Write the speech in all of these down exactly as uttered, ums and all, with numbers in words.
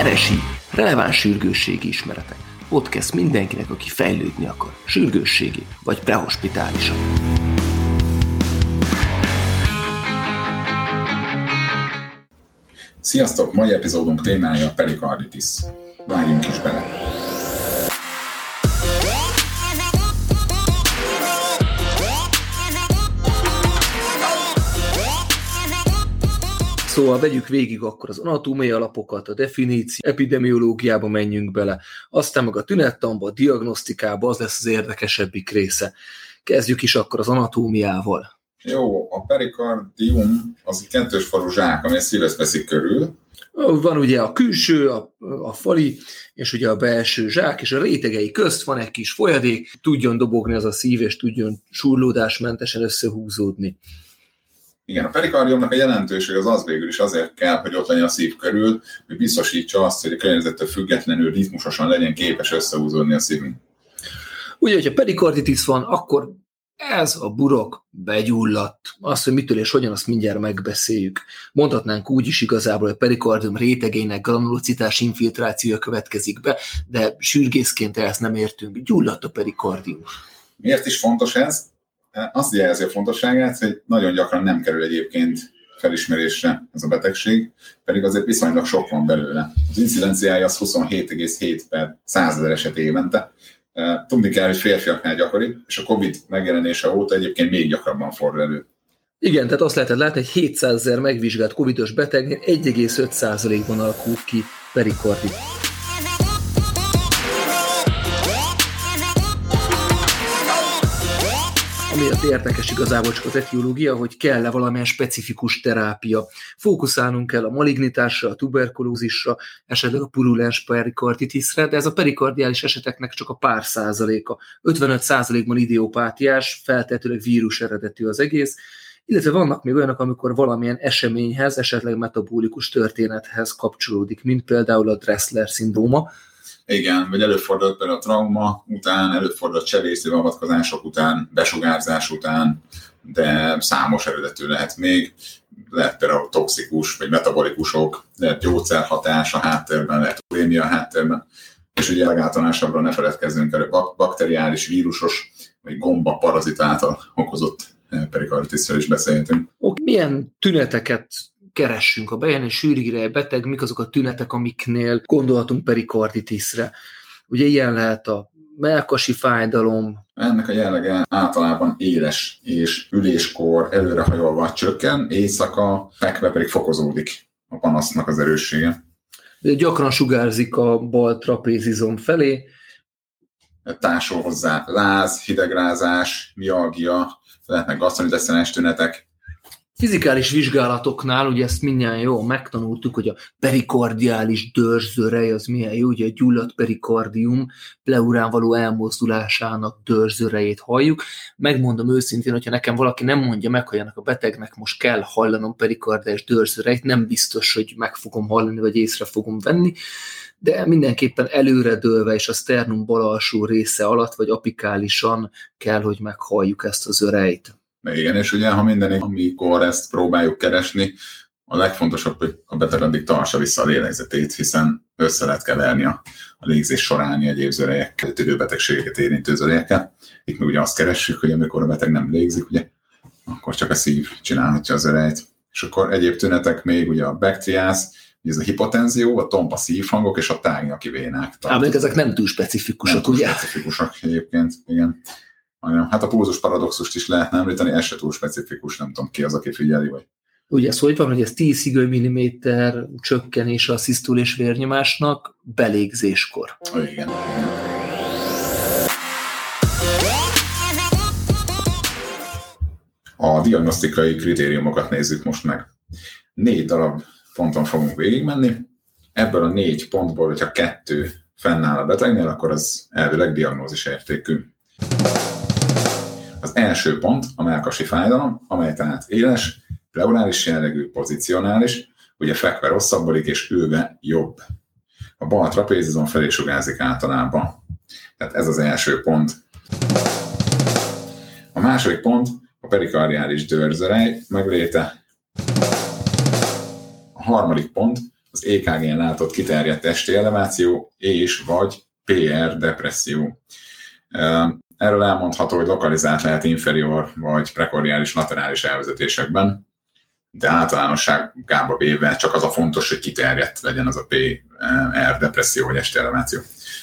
Keresi releváns sürgősségi ismeretek. Podcast mindenkinek, aki fejlődni akar, sürgősségi vagy prehospitálisan. Sziasztok! Mai epizódunk témája a perikarditis. Vágjunk is bele! Szóval vegyük végig akkor az anatómiai alapokat, a definíció, epidemiológiába menjünk bele, aztán meg a tünettamba, a diagnosztikába, az lesz az érdekesebbik része. Kezdjük is akkor az anatómiával. Jó, a perikardium az egy kettős falú zsák, amely szívet veszik körül. Van ugye a külső, a, a fali, és ugye a belső zsák, és a rétegei közt van egy kis folyadék, tudjon dobogni az a szív, és tudjon surlódásmentesen összehúzódni. Igen, a perikardiumnak a jelentőség az az végül is azért kell, hogy ott legyen a szív körül, hogy biztosítsa azt, hogy a környezettől függetlenül ritmusosan legyen képes összehúzódni a szívünk. Ugye, hogyha perikarditis van, akkor ez a burok begyulladt. Azt, hogy mitől és hogyan, azt mindjárt megbeszéljük. Mondhatnánk úgy is igazából, hogy a perikardium rétegeinek granulocitás infiltrációja következik be, de sürgészként ezt nem értünk. Gyulladt a perikardium. Miért is fontos ez? Azt jelzi a fontosságát, hogy nagyon gyakran nem kerül egyébként felismerésre ez a betegség, pedig azért viszonylag sok van belőle. Az incidenciája az huszonhét egész hét per százezer eset évente. Tudni kell, hogy férfiaknál gyakori, és a Covid megjelenése óta egyébként még gyakrabban fordul elő. Igen, tehát azt lehetett látni, hogy hétszázezer megvizsgált covidos betegnél egy egész öt százalékban alakul ki perikardit. Miért érdekes igazából csak az etiológia, hogy kell-e valamilyen specifikus terápia. Fókuszálnunk kell a malignitásra, a tuberkulózisra, esetleg a purulens perikarditisre, de ez a perikardiális eseteknek csak a pár százaléka. ötvenöt százalékban idiopátiás, feltehetőleg vírus eredetű az egész, illetve vannak még olyanok, amikor valamilyen eseményhez, esetleg metabolikus történethez kapcsolódik, mint például a Dressler-szindróma. Igen, vagy előfordult például a trauma után, előfordult csevészeti beavatkozások után, besugárzás után, de számos eredetű lehet még. Lehet például toxikus, vagy metabolikusok, lehet gyógyszerhatás a háttérben, lehet urémia a háttérben. És ugye legáltalánosabbról ne feledkezzünk el, bakteriális, vírusos, vagy gomba parazit által okozott perikarditisről is beszélhetünk. Ok, milyen tüneteket keressünk, a bejön egy sűrűre beteg, mik azok a tünetek, amiknél gondolhatunk perikarditisre. Ugye ilyen lehet a mellkasi fájdalom. Ennek a jellege általában éles és üléskor előrehajolva csökken, éjszaka fekve pedig fokozódik a panasznak az erőssége. De gyakran sugárzik a bal trapézizom felé. Társul hozzá láz, hidegrázás, mialgia, lehetnek gasztroninteszinális tünetek. Fizikális vizsgálatoknál, ugye ezt mindjárt jól megtanultuk, hogy a perikardiális dörzőrej az milyen jó, ugye a gyulladt perikardium pleurán való elmozdulásának dörzőrejét halljuk. Megmondom őszintén, hogyha nekem valaki nem mondja meg, hogy ennek a betegnek most kell hallanom perikardiális dörzőrejét, nem biztos, hogy meg fogom hallani, vagy észre fogom venni, de mindenképpen előredőlve és a sternum bal alsó része alatt, vagy apikálisan kell, hogy meghalljuk ezt az örejt. Igen, és ugye, ha mindenik, amikor ezt próbáljuk keresni, a legfontosabb, hogy a beteg addig tartsa vissza a lélegzetét, hiszen össze lehet keverni a, a légzés során egyéb zörejekkel, tüdőbetegségeket érintő zörejekkel. Itt mi ugye azt keressük, hogy amikor a beteg nem légzik, ugye, akkor csak a szív csinálhatja az zörejt. És akkor egyéb tünetek még ugye a bektriász, ez a hipotenzió, a tompa szívhangok és a tágnyaki vénák. Ám ezek nem túl specifikusak, nem túl ugye? specifikusak egyébként, igen. Hát a pulzus paradoxust is lehetne említeni, ez se túl specifikus, nem tudom ki az, aki figyeli, vagy. Ugye szó, hogy van, hogy ez tíz higőmilliméter csökkenés a szisztul és vérnyomásnak belégzéskor. Igen, igen. A diagnosztikai kritériumokat nézzük most meg. Négy darab ponton fogunk végigmenni. Ebből a négy pontból, hogyha kettő fennáll a betegnél, akkor az elvileg diagnózis értékű. Az első pont a mellkasi fájdalom, amely tehát éles, pleurális jellegű, pozicionális, ugye fekve rosszabbodik és ülve jobb. A bal trapézizom felé sugárzik általában. Tehát ez az első pont. A második pont a perikardiális dörzőrej megléte. A harmadik pont az é ká gén látott kiterjedt testi eleváció és vagy pé er depresszió. Erről elmondható, hogy lokalizált lehet inferior vagy prekordiális laterális elvezetésekben, de általánosságában véve csak az a fontos, hogy kiterjedt legyen az a pé er depresszió vagy esti eleváció.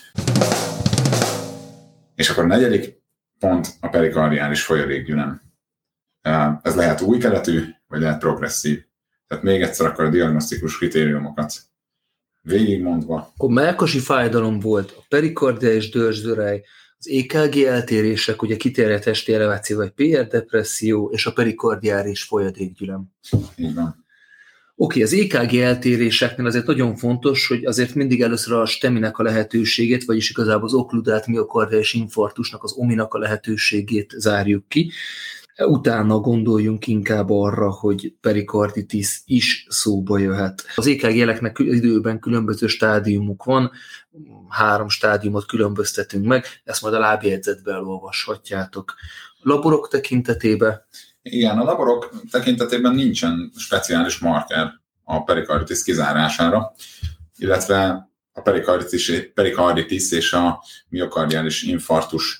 És akkor a negyedik pont a perikardiális folyadékgyülem. Ez lehet új keletű, vagy lehet progresszív. Tehát még egyszer akkor a diagnosztikus kritériumokat végigmondva. A mellkasi fájdalom volt, a perikardiális dörzsdörej, az é ká gé eltérések, ugye kiterjedt testi eleváció vagy pé er depresszió, és a perikardiális folyadékgyülem. Így van. Oké, az é ká gé eltéréseknél azért nagyon fontos, hogy azért mindig először a steminek a lehetőségét, vagyis igazából az okkludált miokardiális infarktusnak, az ominak a lehetőségét zárjuk ki. Utána gondoljunk inkább arra, hogy perikarditis is szóba jöhet. Az é ká gé-eleknek időben különböző stádiumuk van, három stádiumot különböztetünk meg, ezt majd a lábjegyzetben elolvashatjátok. Laborok tekintetében? Igen, a laborok tekintetében nincsen speciális marker a perikarditis kizárására, illetve a perikarditis, perikarditis és a miokardiális infarktus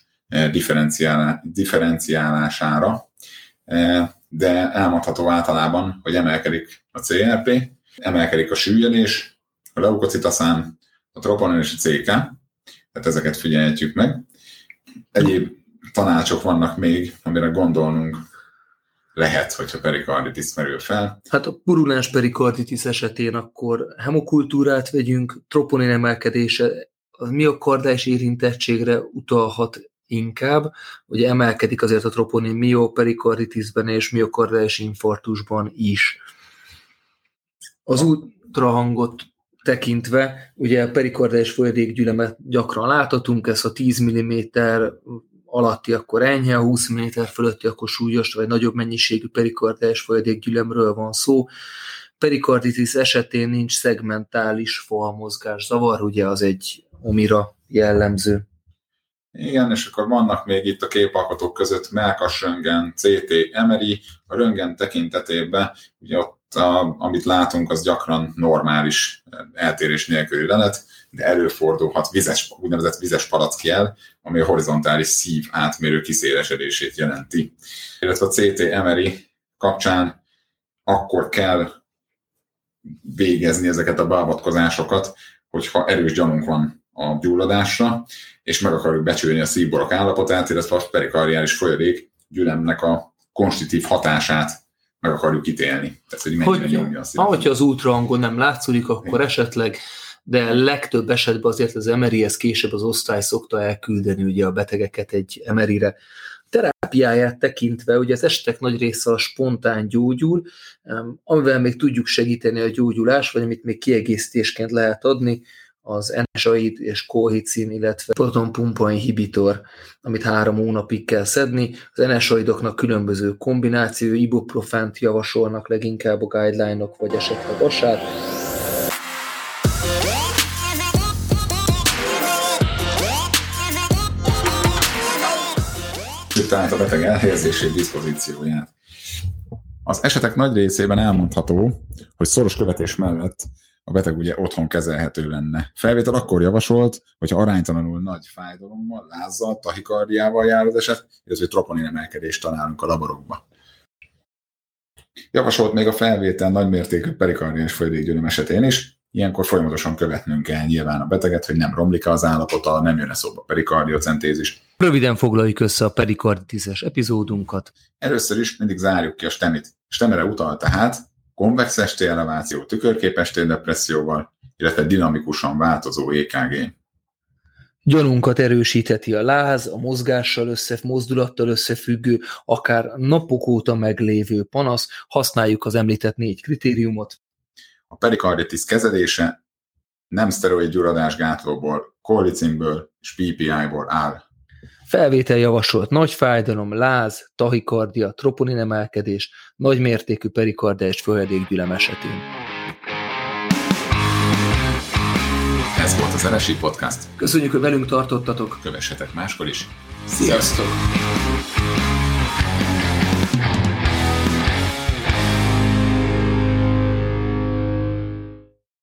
differenciálására, de elmondható általában, hogy emelkedik a cé er pé, emelkedik a süllyedés, a leukocitaszán, a troponin és a cé ká, tehát ezeket figyelhetjük meg. Egyéb tanácsok vannak még, amire gondolnunk lehet, hogyha perikarditis merül fel. Hát a puruláns perikarditis esetén akkor hemokultúrát vegyünk, troponin emelkedése a miokardiális érintettségre utalhat inkább, hogy emelkedik azért a troponin mioperikarditisben és miokardiális infarktusban is. Az ultrahangot tekintve, ugye a perikardiális folyadékgyülemet gyakran láthatunk, ez a tíz milliméter alatti akkor enyhe, a húsz milliméter fölötti akkor súlyos, vagy nagyobb mennyiségű perikardiális folyadékgyülemről van szó. Perikarditis esetén nincs szegmentális falmozgás zavar, ugye az egy omira jellemző. Igen, és akkor vannak még itt a képalkotók között mellkasröntgen, cé té, em er i. A röntgen tekintetében, ugye ott, a, amit látunk, az gyakran normális eltérés nélküli lelet, de előfordulhat vizes, úgynevezett vizes palackjel, ami a horizontális szív átmérő kiszélesedését jelenti. Illetve a cé té, em er i kapcsán akkor kell végezni ezeket a beavatkozásokat, hogyha erős gyanunk van a gyulladásra, és meg akarjuk becsülni a szívborok állapotát, illetve a perikardiális folyadék gyülemnek a konstitív hatását meg akarjuk ítélni. Tehát, hogy mennyire nyomja a szívet. Ahogy az ultrahangon nem látszik, akkor esetleg, de legtöbb esetben azért az em er i-hez később az osztály szokta elküldeni ugye a betegeket egy em er i-re. Terápiáját tekintve, ugye az esetek nagy része a spontán gyógyul, amivel még tudjuk segíteni a gyógyulás, vagy amit még kiegészítésként lehet adni, az en es á i dé és kolchicin, illetve protonpumpa inhibitor, amit három hónapig kell szedni. Az en es á i dé-oknak különböző kombináció, ibuprofent javasolnak leginkább a guideline-ok, vagy esetleg asát. Tehát a beteg elhelyezését, diszpozícióját. Az esetek nagy részében elmondható, hogy szoros követés mellett a beteg ugye otthon kezelhető lenne. Felvétel akkor javasolt, hogyha aránytalanul nagy fájdalommal, lázzal, tahikardiával jár az eset, illetve troponin emelkedést találunk a laborokba. Javasolt még a felvétel nagymértékű perikardiális folyadékgyűlöm esetén is, ilyenkor folyamatosan követnünk kell nyilván a beteget, hogy nem romlik az állapota, nem jön-e szóba perikardiocentézis. Röviden foglaljuk össze a perikarditis-es epizódunkat. Először is mindig zárjuk ki a stemit. Stemere utal tehát konvex esti eleváció, tükörképes térdepresszióval, illetve dinamikusan változó é ká gé. Gyanunkat erősítheti a láz, a mozgással össze, mozdulattal összefüggő, akár napok óta meglévő panasz, használjuk az említett négy kritériumot. A perikarditis kezelése nem szteroid gyulladásgátlóból, kollicinből és pé pé i-ból áll. Felvétel javasolt nagy fájdalom, láz, tahikardia, troponin emelkedés, nagymértékű perikardiális folyadékgyülem esetén. Ez volt az en es i Podcast. Köszönjük, hogy velünk tartottatok. Kövessetek máskor is. Sziasztok!